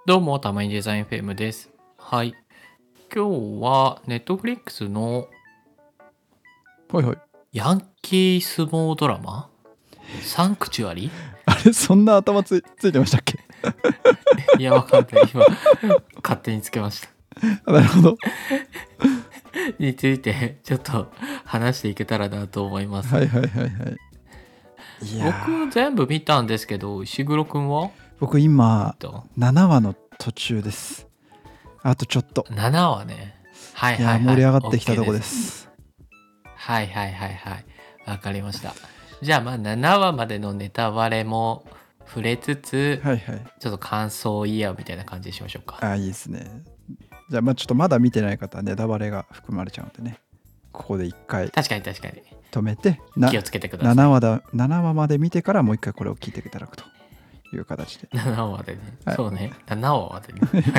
どうも、たまにデザインフェムです。はい。今日は、ネットフリックスのはいはい。 ヤンキー相撲ドラマサンクチュアリあれ、そんな頭ついてましたっけ？ いや、わかんない。今、勝手につけました。 なるほど。 について、ちょっと話していけたらなと思います。 はいはいはいはい。いや僕、全部見たんですけど、石黒くんは僕今、 と 7話の途中です。あとちょっと。 7話ね。はいいやはいはい。 盛り上がってきたとこ OK でです。 す。 はいはいはいはい。わかりました。じゃあ、まあ、7話までのネタバレも触れつつ、 はいはい。 ちょっと感想を言い合うみたいな感じにしましょうか。 いいですね。じゃあちょっとまだ見てない方はネタバレが含まれちゃうんでね。ここで一回確かに確かに。 止めて、 気をつけてください。 7話まで見てからもう一回これを聞いていただくという形で。 7話でね。 はい、 そうね。7話までね。はい。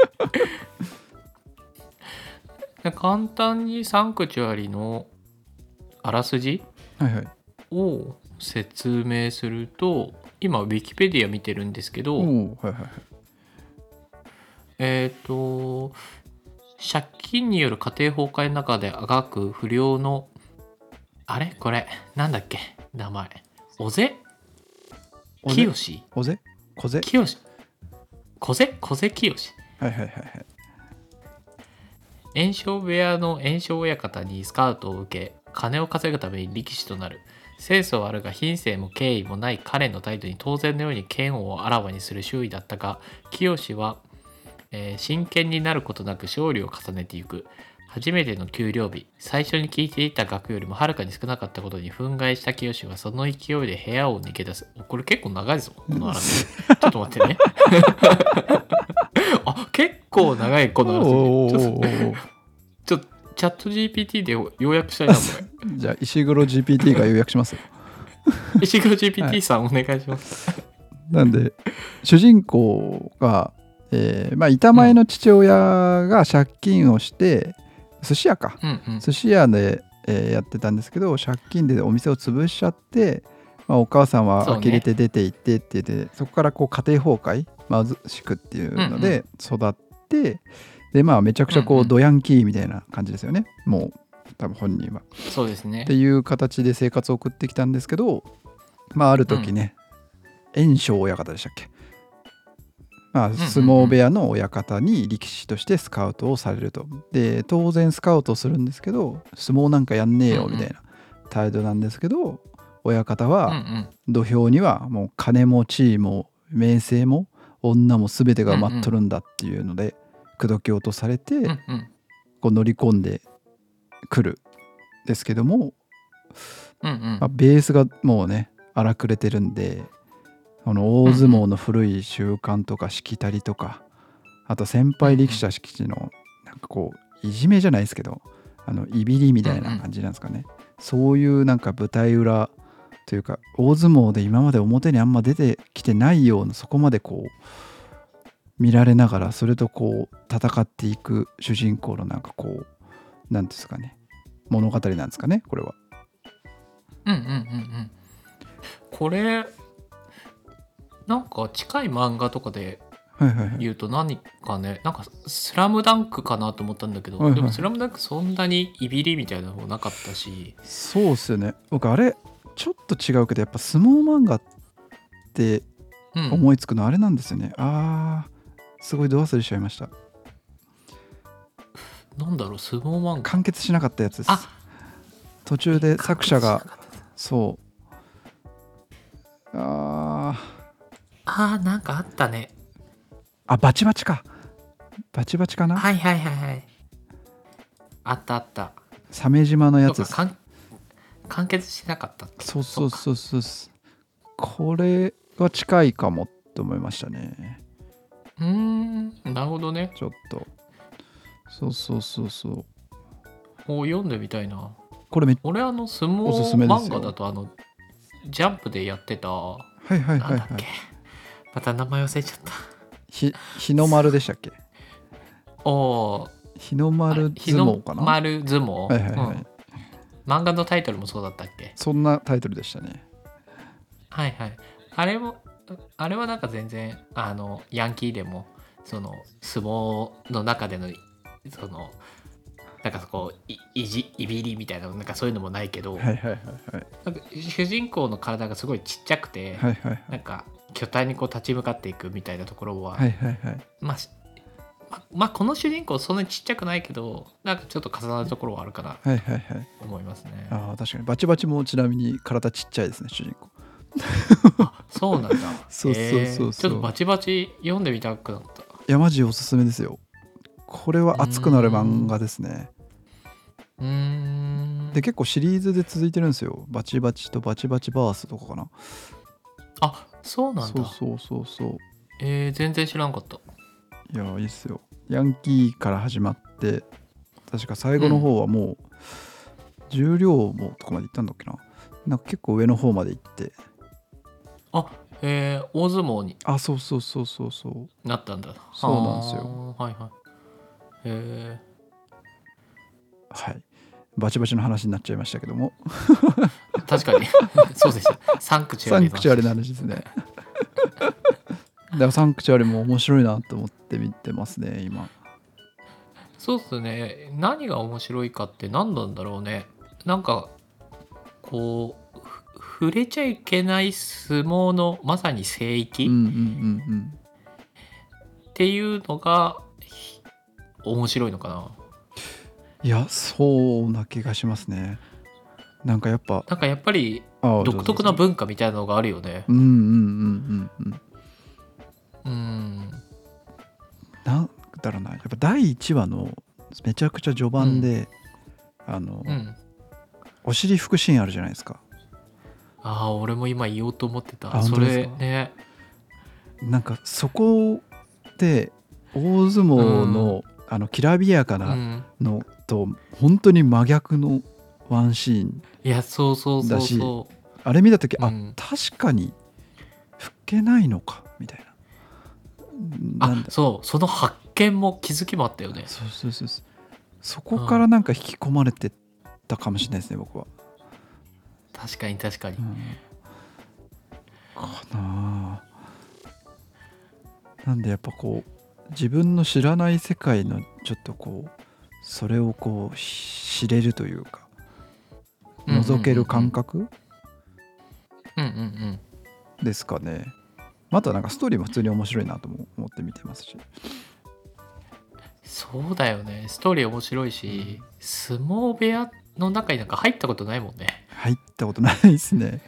簡単にサンクチュアリのあらすじはいはい。 を説明すると、今、ウィキペディア見てるんですけど、 はいはいはい。 借金による家庭崩壊の中であがく不良の、あれこれ、なんだっけ名前。小瀬清志小瀬清志小瀬清志はいはいはいはい。 炎症部屋の炎症親方にスカウトを受け、金を稼ぐために力士となる。センスはあるが品性も敬意もない彼の態度に当然のように嫌悪をあらわにする周囲だったが、清は、真剣になることなく勝利を重ねていく。初めての給料日、最初に聞いていた額よりもはるかに少なかったことに憤慨した清はその勢いで部屋を抜け出す。これ結構長いぞ、この話。ちょっと待ってね。あ、結構長いこの話。ちょっとチャット GPT で要約したいな、これ。 じゃあ石黒 GPT が要約しますよ。 石黒 GPT さん、お願いします。 なんで主人公が、板前の父親が借金をして、寿司屋か、寿司屋で、やってたんですけど、借金でお店を潰しちゃって、お母さんは呆れて出て行ってって言って、 そこからこう家庭崩壊、貧しくっていうので育って、でめちゃくちゃこうドヤンキーみたいな感じですよね、もう多分本人は。 そうですね。 っていう形で生活を送ってきたんですけど、ある時ね、炎症親方でしたっけ、相撲部屋の親方に力士としてスカウトをされると。で当然スカウトするんですけど、相撲なんかやんねえよみたいな態度なんですけど、親方は土俵にはもう金も地位も名声も女も全てが埋まっとるんだっていうので口説き落とされて、こう乗り込んでくるですけども、ベースがもうね荒くれてるんで、この大相撲の古い習慣とかしきたりとか、あと先輩力士敷地のなんかこういじめじゃないですけど、いびりみたいな感じなんですかね、そういうなんか舞台裏というか、大相撲で今まで表にあんま出てきてないような、そこまでこう見られながら、それとこう戦っていく主人公のなんかこうなんですかね、物語なんですかね、これは。 これなんか近い漫画とかで言うと何かね、なんかスラムダンクかなと思ったんだけど、でもスラムダンクそんなにいびりみたいなのもなかったし。 そうっすよね。僕あれちょっと違うけど、やっぱ相撲漫画って思いつくのあれなんですよね。すごいど忘れしちゃいました。 なんだろう、相撲漫画完結しなかったやつです。途中で作者がなんかあったね。 バチバチか。バチバチかな。 はい。あった。 鮫島のやつです。 完結しなかったって。 そう。これは近いかもって思いましたね。 なるほどね。 ちょっと。そう。 読んでみたいな。 これ俺相撲漫画だとジャンプでやってた。なんだっけ。また名前忘れちゃった。 日の丸でしたっけ？日の丸相撲かな？ 日の丸相撲。漫画のタイトルもそうだったっけ？ そんなタイトルでしたね。 はい。あれはなんか全然ヤンキーでもその相撲の中でのそのなんかこういびりみたいな、なんかそういうのもないけど、 はいはいはいはい。 なんか主人公の体がすごいちっちゃくて、 はいはいはい。 なんか巨体にこう立ち向かっていくみたいなところは、 はいはいはい。 まあこの主人公そんなにちっちゃくないけど、なんかちょっと重なるところはあるかなはいはいはい。 と思いますね。 ああ、確かにバチバチもちなみに体ちっちゃいですね、主人公。 あ、そうなんだ。 そうそうそうそう。 ちょっとバチバチ読んでみたくなった。 いやマジおすすめですよ。これは熱くなる漫画ですね。で結構シリーズで続いてるんですよ。バチバチとバチバチバースとかかな。 あ、そうなんだ。 そうそうそう。 全然知らんかった。 いやいいっすよ。ヤンキーから始まって確か最後の方はもう重量もとこまで行ったんだっけな。なんか結構上の方まで行って。 あ、大相撲にあ、そうそうそうそうそう。 なったんだ。 そうなんですよ。 はいはい。 はい。バチバチの話になっちゃいましたけども。 確かにそうでした。サンクチュアリの話ですね。だからサンクチュアリも面白いなと思って見てますね今。 そうですね。何が面白いかって何なんだろうね。なんかこう触れちゃいけない相撲のまさに聖域っていうのが面白いのかな。 いやそうな気がしますね。なんかやっぱり独特な文化みたいなのがあるよね。 なんだろうな、やっぱ第1話のめちゃくちゃ序盤で、お尻拭くシーンあるじゃないですか。 ああ、俺も今言おうと思ってた。それね。 なんかそこで大相撲の、きらびやかなのと本当に真逆のワンシーンだし、あれ見た時、確かに拭けないのかみたいな。 その発見も気づきもあったよね。 そうそこからなんか引き込まれてったかもしれないですね、僕は。 確かに、かな。なんでやっぱこう自分の知らない世界のちょっとこうそれをこう知れるというか覗ける感覚ですかね。またなんかストーリーも普通に面白いなとも思って見てますし。 そうだよね。ストーリー面白いし、相撲部屋の中になんか入ったことないもんね。 入ったことないですね。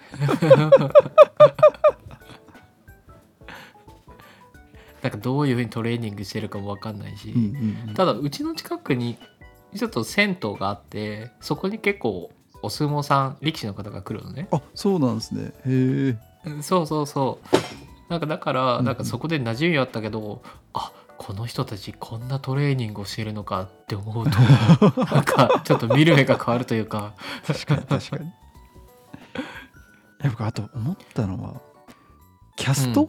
なんかどういうふうにトレーニングしてるかも分かんないし、ただうちの近くにちょっと銭湯があって、そこに結構お相撲さん力士の方が来るのね。 あ、そうなんですね。へえ。そうだからなんかそこで馴染みあったけど、この人たちこんなトレーニングをしているのかって思うとなんかちょっと見る目が変わるというか。 確かに僕あと思ったのはキャスト、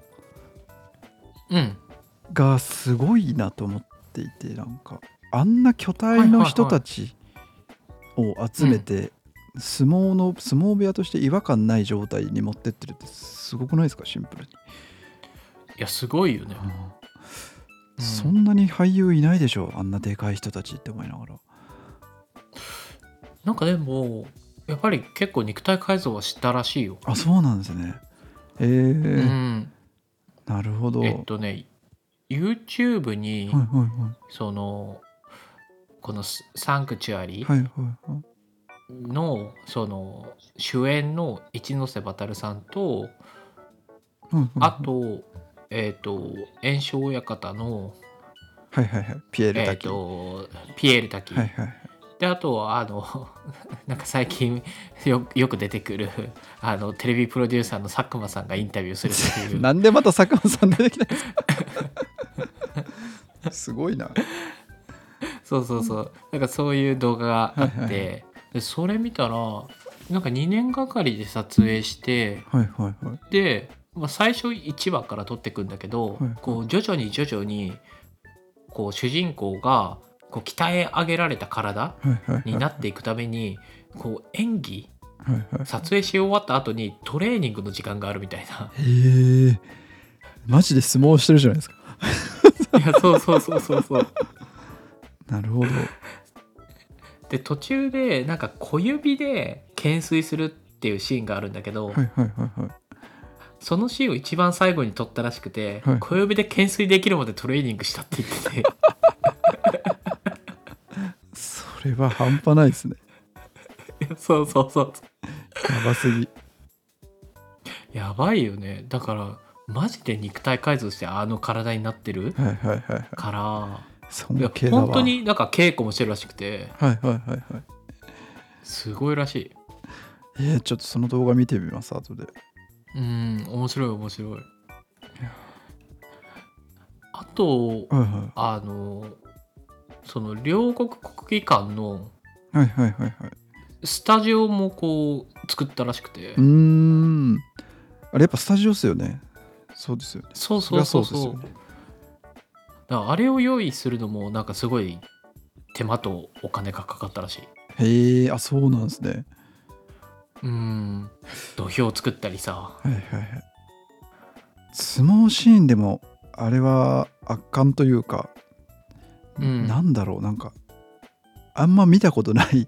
がすごいなと思っていて、なんかあんな巨体の人たちを集めて相撲部屋として違和感ない状態に持ってってるってすごくないですか、シンプルに。 いやすごいよね。 そんなに俳優いないでしょ、あんなでかい人たちって思いながら。 なんかでもやっぱり結構肉体改造はしたらしいよ。 あ、そうなんですね。なるほど。 YouTube に、このサンクチュアリのその主演の一ノ瀬渉さんと、あと炎症親方のピエール滝、 で、あとなんか最近よく出てくるテレビプロデューサーの佐久間さんがインタビューするっていうなんでまた佐久間さん出てきたんですか。すごいな。 なんかそういう動画があって、でそれ見たらなんか2年がかりで撮影して、で、最初1話から撮っていくんだけど、こう徐々にこう主人公がこう鍛え上げられた体になっていくために、こう演技、撮影し終わった後にトレーニングの時間があるみたいな。 マジで相撲してるじゃないですか。 いやそうそうそうそうそう。 なるほど。 で途中でなんか小指で懸垂するっていうシーンがあるんだけど、 はいはいはいはい。 そのシーンを一番最後に撮ったらしくて、 はい小指で懸垂できるまでトレーニングしたって言っててそれは半端ないですね。 そうそうそう、 やばすぎ。 やばいよね。だからマジで肉体改造してあの体になってるはいはいはいはい。 からい尊や敬だわ。 本当になんか稽古もしてるらしくてはいはいはいはい。 すごいらしい。 ちょっとその動画見てみます後で。 面白い面白い。あとはいその両国国技館のはいはいはいはいはい。 スタジオもこう作ったらしくて、 あれやっぱスタジオっすよね。そうですよね。 そうそうそうそりゃそう。 ですよね。 だからあれを用意するのもなんかすごい手間とお金がかかったらしい。 へえ、あ、そうなんですね。 土俵作ったりさ。 はいはいはい。相撲シーンでもあれは圧巻というか、なんだろう、なんかあんま見たことない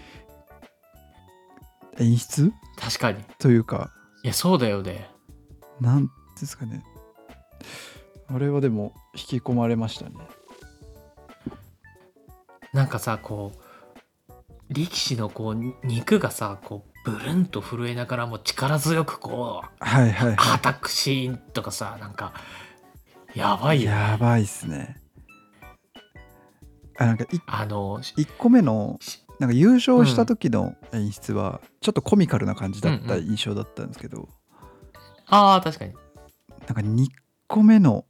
演出確かに。 というか、 いやそうだよね。 なんですかね。あれはでも引き込まれましたね。 なんかさこう力士のこう肉がさこうブルンと震えながらも力強くこうはいはいははたくシーンとかさ、なんかやばい。 いよね。 やばいっすね。なんか1個目のなんか優勝した時の演出はちょっとコミカルな感じだった印象だったんですけど、 ああ確かに。 なんか2個目の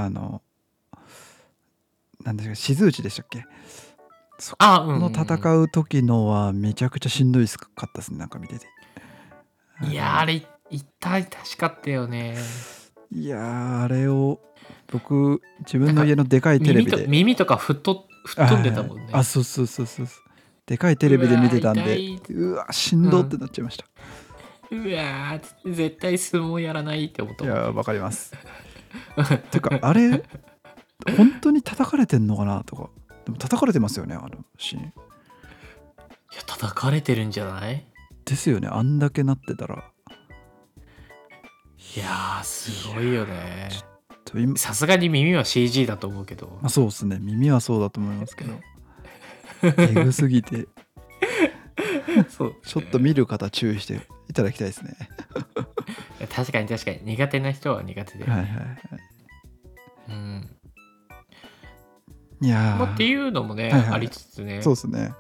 なんですか、静内でしたっけ、そこの戦う時のはめちゃくちゃしんどいかったですね、なんか見てて。 いやあれ痛々しかったよね。 いやあれを僕自分の家のでかいテレビで耳とか吹っ飛んでたもんね。 あ、そうそうそうそう、でかいテレビで見てたんで、うわしんどってなっちゃいました。 うわ絶対相撲やらないって思ったもん。 いやわかりますてかあれ本当に叩かれてんのかなとか。でも叩かれてますよね、あのシーン。いや叩かれてるんじゃない？ ですよね、あんだけなってたら。 いやすごいよね。さすがに耳は CG だと思うけど、 そうですね、耳はそうだと思いますけどえぐすぎてそうちょっと見る方注意していただきたいですね確かに確かに苦手な人は苦手で、 はいはいはい。いやっていうのもね、ありつつね。 そうですね。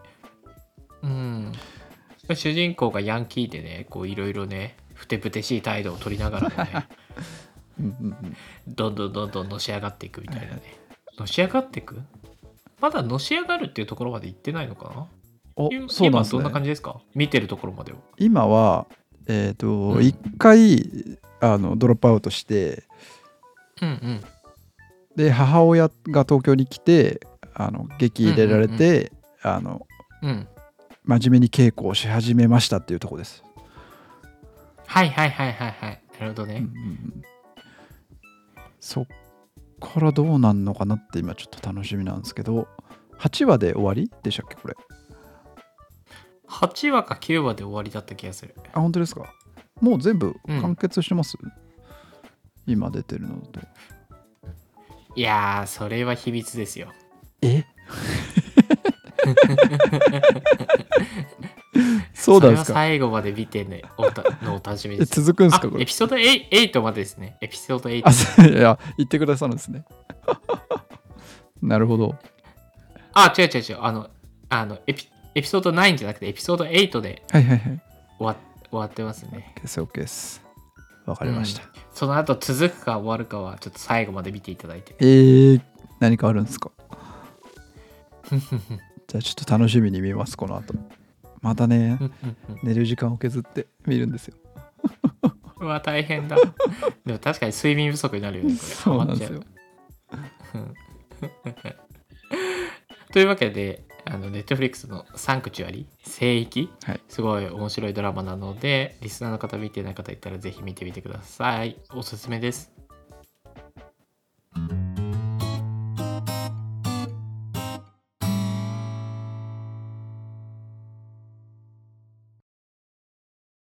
主人公がヤンキーでね、こういろいろね、ふてぶてしい態度を取りながらもねどんどんのし上がっていくみたいなね。のし上がっていく？まだのし上がるっていうところまで行ってないのかな？ そうなんですね。 今どんな感じですか？見てるところまでは。 今は一回ドロップアウトして、で母親が東京に来て劇入れられて、真面目に稽古をし始めましたっていうところです。 はいはいはいはいはい。なるほどね。 そっからどうなんのかなって今ちょっと楽しみなんですけど、8話で終わりでしたっけこれ。 8話か9話で終わりだった気がする。 あ、本当ですか。もう全部完結してます、今出てるのと。 いやーそれは秘密ですよ。 そうなんですか。 それは最後まで見てねのお楽しみです。 続くんですかこれ。 エピソード8までですね。エピソード8。 いや言ってくださるんですねなるほど。 違うエピソード9じゃなくてエピソード8で終わってますね。 OK です。わかりました、 その後続くか終わるかはちょっと最後まで見ていただいて。 何かあるんですかじゃあちょっと楽しみに見ます。この後またね寝る時間を削って見るんですようわ大変だでも確かに睡眠不足になるよねこれ。 そうなんですよというわけでNetflix のサンクチュアリ聖域、すごい面白いドラマなのでリスナーの方見てない方いたらぜひ見てみてください。おすすめです。